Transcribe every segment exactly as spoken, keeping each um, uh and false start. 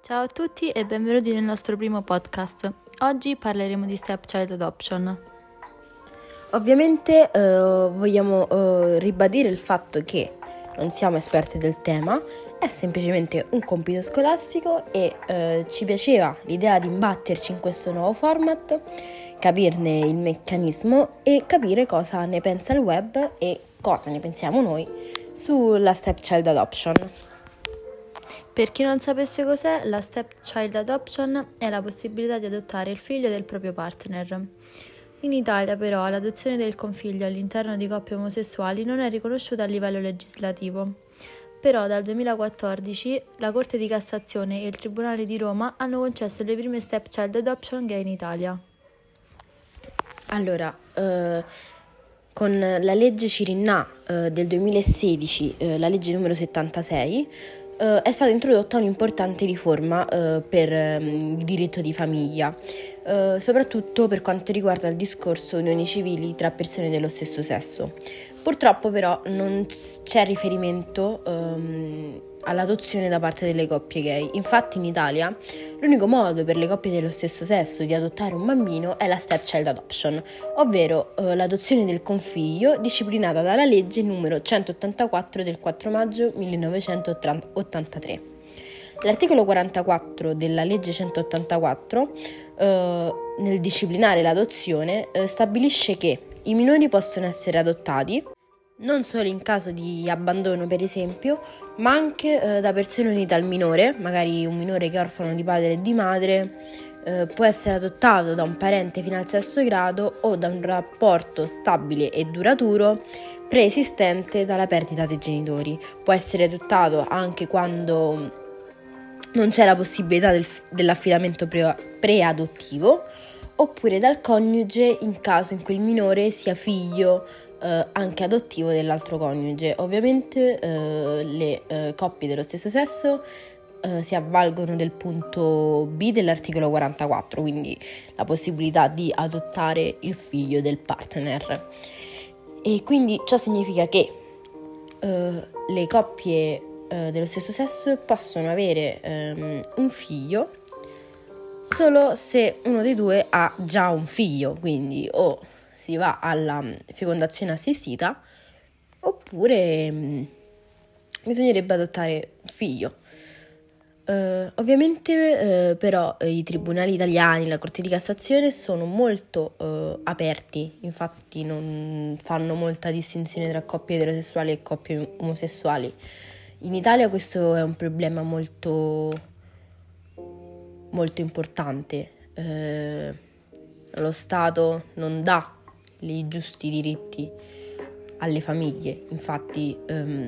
Ciao a tutti e benvenuti nel nostro primo podcast. Oggi parleremo di stepchild adoption. Ovviamente eh, vogliamo eh, ribadire il fatto che non siamo esperti del tema, è semplicemente un compito scolastico e eh, ci piaceva l'idea di imbatterci in questo nuovo format, capirne il meccanismo e capire cosa ne pensa il web e cosa ne pensiamo noi sulla stepchild adoption. Per chi non sapesse cos'è, la stepchild adoption è la possibilità di adottare il figlio del proprio partner. In Italia però l'adozione del configlio all'interno di coppie omosessuali non è riconosciuta a livello legislativo. Però dal duemilaquattordici la Corte di Cassazione e il Tribunale di Roma hanno concesso le prime stepchild adoption gay in Italia. Allora, eh, con la legge Cirinnà eh, del duemilasedici, eh, la legge numero settantasei, eh, è stata introdotta un'importante riforma eh, per eh, il diritto di famiglia, eh, soprattutto per quanto riguarda il discorso unioni civili tra persone dello stesso sesso. Purtroppo però non c'è riferimento ehm, all'adozione da parte delle coppie gay. Infatti in Italia l'unico modo per le coppie dello stesso sesso di adottare un bambino è la stepchild adoption, ovvero eh, l'adozione del configlio disciplinata dalla legge numero centottantaquattro del quattro maggio millenovecentottantatré. L'articolo quarantaquattro della legge centottantaquattro, eh, nel disciplinare l'adozione, eh, stabilisce che i minori possono essere adottati non solo in caso di abbandono, per esempio, ma anche eh, da persone unite al minore, magari un minore che è orfano di padre e di madre, eh, può essere adottato da un parente fino al sesto grado o da un rapporto stabile e duraturo preesistente dalla perdita dei genitori. Può essere adottato anche quando non c'è la possibilità del, dell'affidamento pre- preadottivo, oppure dal coniuge in caso in cui il minore sia figlio eh, anche adottivo dell'altro coniuge. Ovviamente eh, le eh, coppie dello stesso sesso eh, si avvalgono del punto B dell'articolo quarantaquattro, quindi la possibilità di adottare il figlio del partner. E quindi ciò significa che eh, le coppie eh, dello stesso sesso possono avere ehm, un figlio solo se uno dei due ha già un figlio, quindi o si va alla fecondazione assistita oppure mh, bisognerebbe adottare un figlio. Uh, ovviamente uh, però uh, i tribunali italiani, la Corte di Cassazione sono molto uh, aperti, infatti non fanno molta distinzione tra coppie eterosessuali e coppie omosessuali. In Italia questo è un problema molto molto importante. Eh, lo Stato non dà i giusti diritti alle famiglie, infatti ehm,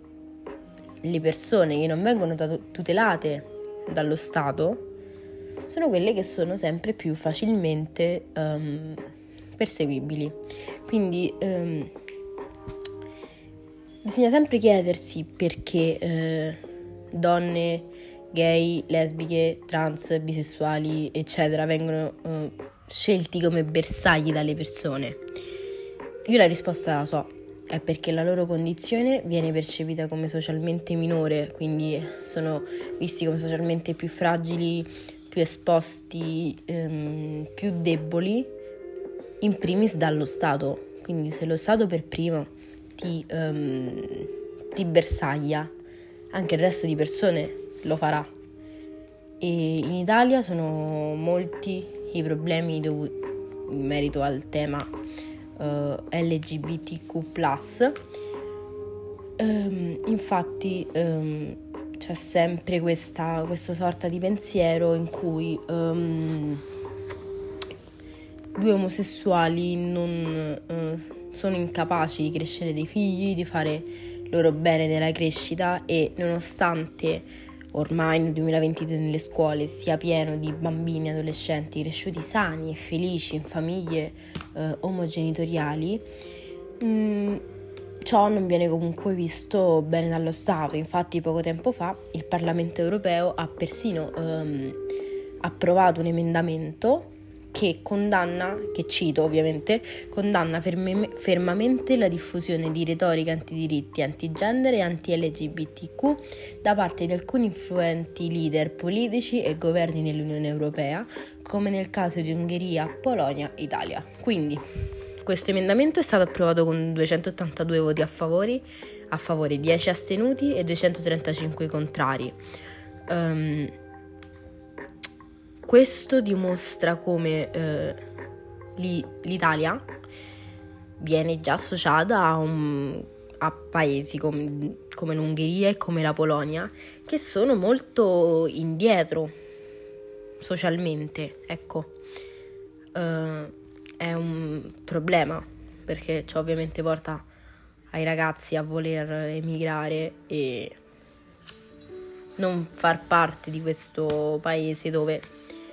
le persone che non vengono tutelate dallo Stato sono quelle che sono sempre più facilmente ehm, perseguibili. Quindi ehm, bisogna sempre chiedersi perché eh, donne gay, lesbiche, trans, bisessuali, eccetera, vengono uh, scelti come bersagli dalle persone. Io la risposta la so, è perché la loro condizione viene percepita come socialmente minore, quindi sono visti come socialmente più fragili, più esposti, um, più deboli, in primis dallo Stato. Quindi se lo Stato per primo ti, um, ti bersaglia, anche il resto di persone lo farà. E in Italia sono molti i problemi dovuti in merito al tema uh, L G B T Q plus. Um, infatti um, c'è sempre questa, questa sorta di pensiero in cui um, due omosessuali non uh, sono incapaci di crescere dei figli, di fare loro bene nella crescita, e nonostante ormai nel duemilaventidue nelle scuole sia pieno di bambini e adolescenti cresciuti sani e felici in famiglie eh, omogenitoriali, mh, ciò non viene comunque visto bene dallo Stato. Infatti poco tempo fa il Parlamento europeo ha persino ehm, approvato un emendamento che condanna, che cito ovviamente, condanna ferme, fermamente la diffusione di retorica antidiritti, antigenere e anti-L G B T Q da parte di alcuni influenti leader politici e governi nell'Unione Europea, come nel caso di Ungheria, Polonia e Italia. Quindi questo emendamento è stato approvato con duecentottantadue voti a favore, a favore dieci astenuti e duecentotrentacinque contrari. Um, Questo dimostra come eh, l'Italia viene già associata a, un, a paesi com, come l'Ungheria e come la Polonia, che sono molto indietro socialmente. Ecco, eh, è un problema, perché ciò ovviamente porta ai ragazzi a voler emigrare e non far parte di questo paese dove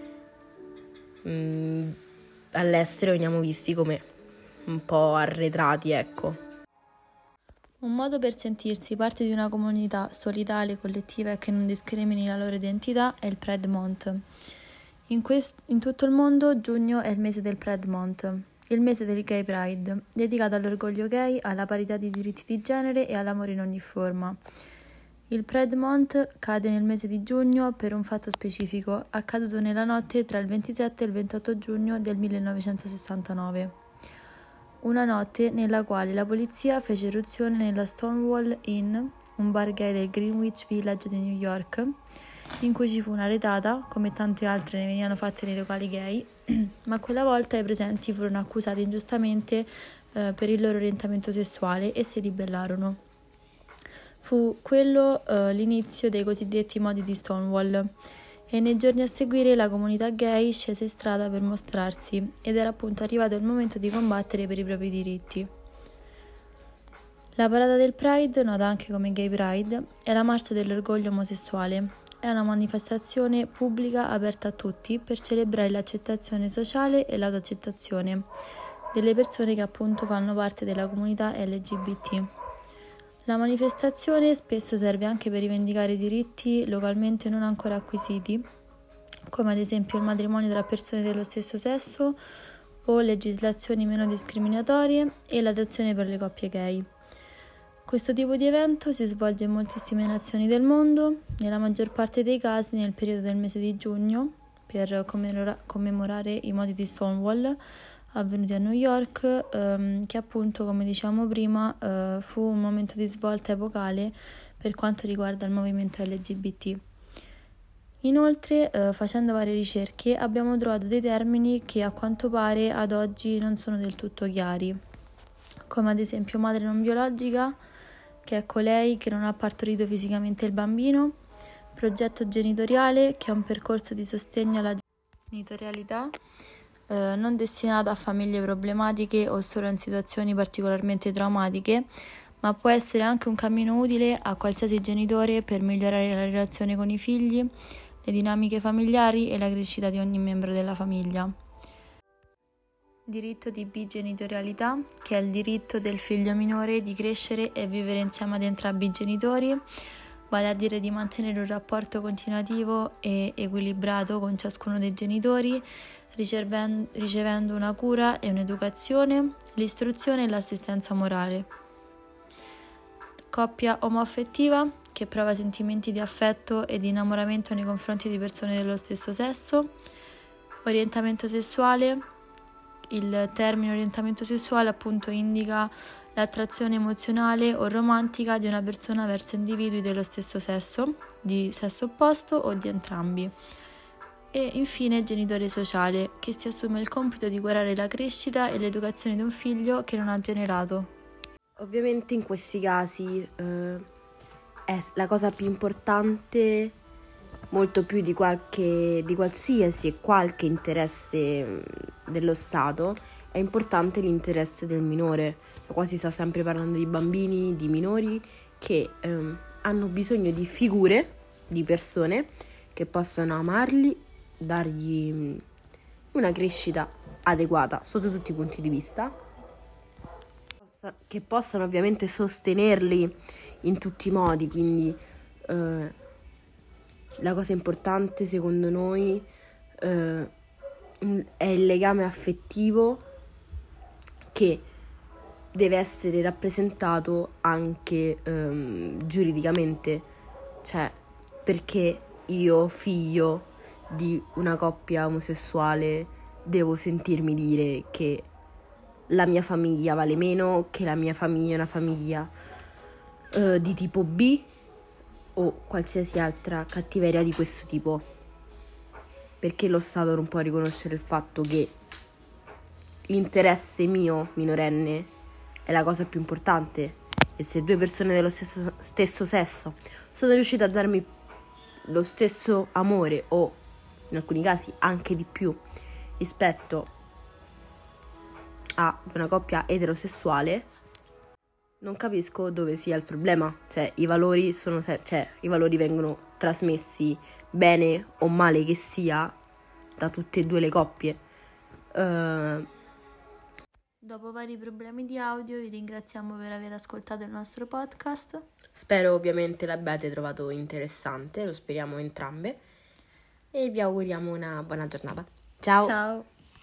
Mm, all'estero veniamo visti come un po' arretrati, ecco. Un modo per sentirsi parte di una comunità solidale, collettiva e che non discrimini la loro identità è il Pride Month. In, quest- in tutto il mondo giugno è il mese del Pride Month, il mese del Gay Pride, dedicato all'orgoglio gay, alla parità di diritti di genere e all'amore in ogni forma. Il Pride Month cade nel mese di giugno per un fatto specifico, accaduto nella notte tra il ventisette e il ventotto giugno del millenovecentosessantanove. Una notte nella quale la polizia fece irruzione nella Stonewall Inn, un bar gay del Greenwich Village di New York, in cui ci fu una retata, come tante altre ne venivano fatte nei locali gay, ma quella volta i presenti furono accusati ingiustamente eh, per il loro orientamento sessuale e si ribellarono. Fu quello eh, l'inizio dei cosiddetti modi di Stonewall e nei giorni a seguire la comunità gay scese in strada per mostrarsi ed era appunto arrivato il momento di combattere per i propri diritti. La parata del Pride, nota anche come Gay Pride, è la marcia dell'orgoglio omosessuale. È una manifestazione pubblica aperta a tutti per celebrare l'accettazione sociale e l'autoaccettazione delle persone che appunto fanno parte della comunità L G B T. La manifestazione spesso serve anche per rivendicare diritti localmente non ancora acquisiti, come ad esempio il matrimonio tra persone dello stesso sesso o legislazioni meno discriminatorie e l'adozione per le coppie gay. Questo tipo di evento si svolge in moltissime nazioni del mondo, nella maggior parte dei casi nel periodo del mese di giugno, per commemora- commemorare i modi di Stonewall avvenuti a New York, ehm, che appunto, come dicevamo prima, eh, fu un momento di svolta epocale per quanto riguarda il movimento L G B T. Inoltre, eh, facendo varie ricerche, abbiamo trovato dei termini che a quanto pare ad oggi non sono del tutto chiari, come ad esempio madre non biologica, che è colei che non ha partorito fisicamente il bambino, progetto genitoriale, che è un percorso di sostegno alla genitorialità, Eh, non destinato a famiglie problematiche o solo in situazioni particolarmente traumatiche, ma può essere anche un cammino utile a qualsiasi genitore per migliorare la relazione con i figli, le dinamiche familiari e la crescita di ogni membro della famiglia. Diritto di bigenitorialità, che è il diritto del figlio minore di crescere e vivere insieme ad entrambi i genitori, vale a dire di mantenere un rapporto continuativo e equilibrato con ciascuno dei genitori, ricevendo una cura e un'educazione, l'istruzione e l'assistenza morale. Coppia omoaffettiva, che prova sentimenti di affetto e di innamoramento nei confronti di persone dello stesso sesso. Orientamento sessuale, il termine orientamento sessuale appunto indica l'attrazione emozionale o romantica di una persona verso individui dello stesso sesso, di sesso opposto o di entrambi. E infine genitore sociale, che si assume il compito di curare la crescita e l'educazione di un figlio che non ha generato. Ovviamente in questi casi eh, è la cosa più importante, molto più di qualche di qualsiasi e qualche interesse dello Stato, è importante l'interesse del minore. Qua si sta sempre parlando di bambini, di minori che eh, hanno bisogno di figure, di persone che possano amarli, dargli una crescita adeguata sotto tutti i punti di vista, che possano ovviamente sostenerli in tutti i modi. Quindi eh, la cosa importante secondo noi eh, è il legame affettivo che deve essere rappresentato anche um, giuridicamente, cioè perché io, figlio di una coppia omosessuale, devo sentirmi dire che la mia famiglia vale meno, che la mia famiglia è una famiglia uh, di tipo B o qualsiasi altra cattiveria di questo tipo, perché lo Stato non può riconoscere il fatto che l'interesse mio minorenne è la cosa più importante, e se due persone dello stesso, stesso sesso sono riuscite a darmi lo stesso amore o in alcuni casi anche di più rispetto a una coppia eterosessuale, non capisco dove sia il problema. Cioè i valori sono se- cioè i valori vengono trasmessi bene o male che sia da tutte e due le coppie. Uh, Dopo vari problemi di audio vi ringraziamo per aver ascoltato il nostro podcast. Spero ovviamente l'abbiate trovato interessante, lo speriamo entrambe, e vi auguriamo una buona giornata. Ciao! Ciao!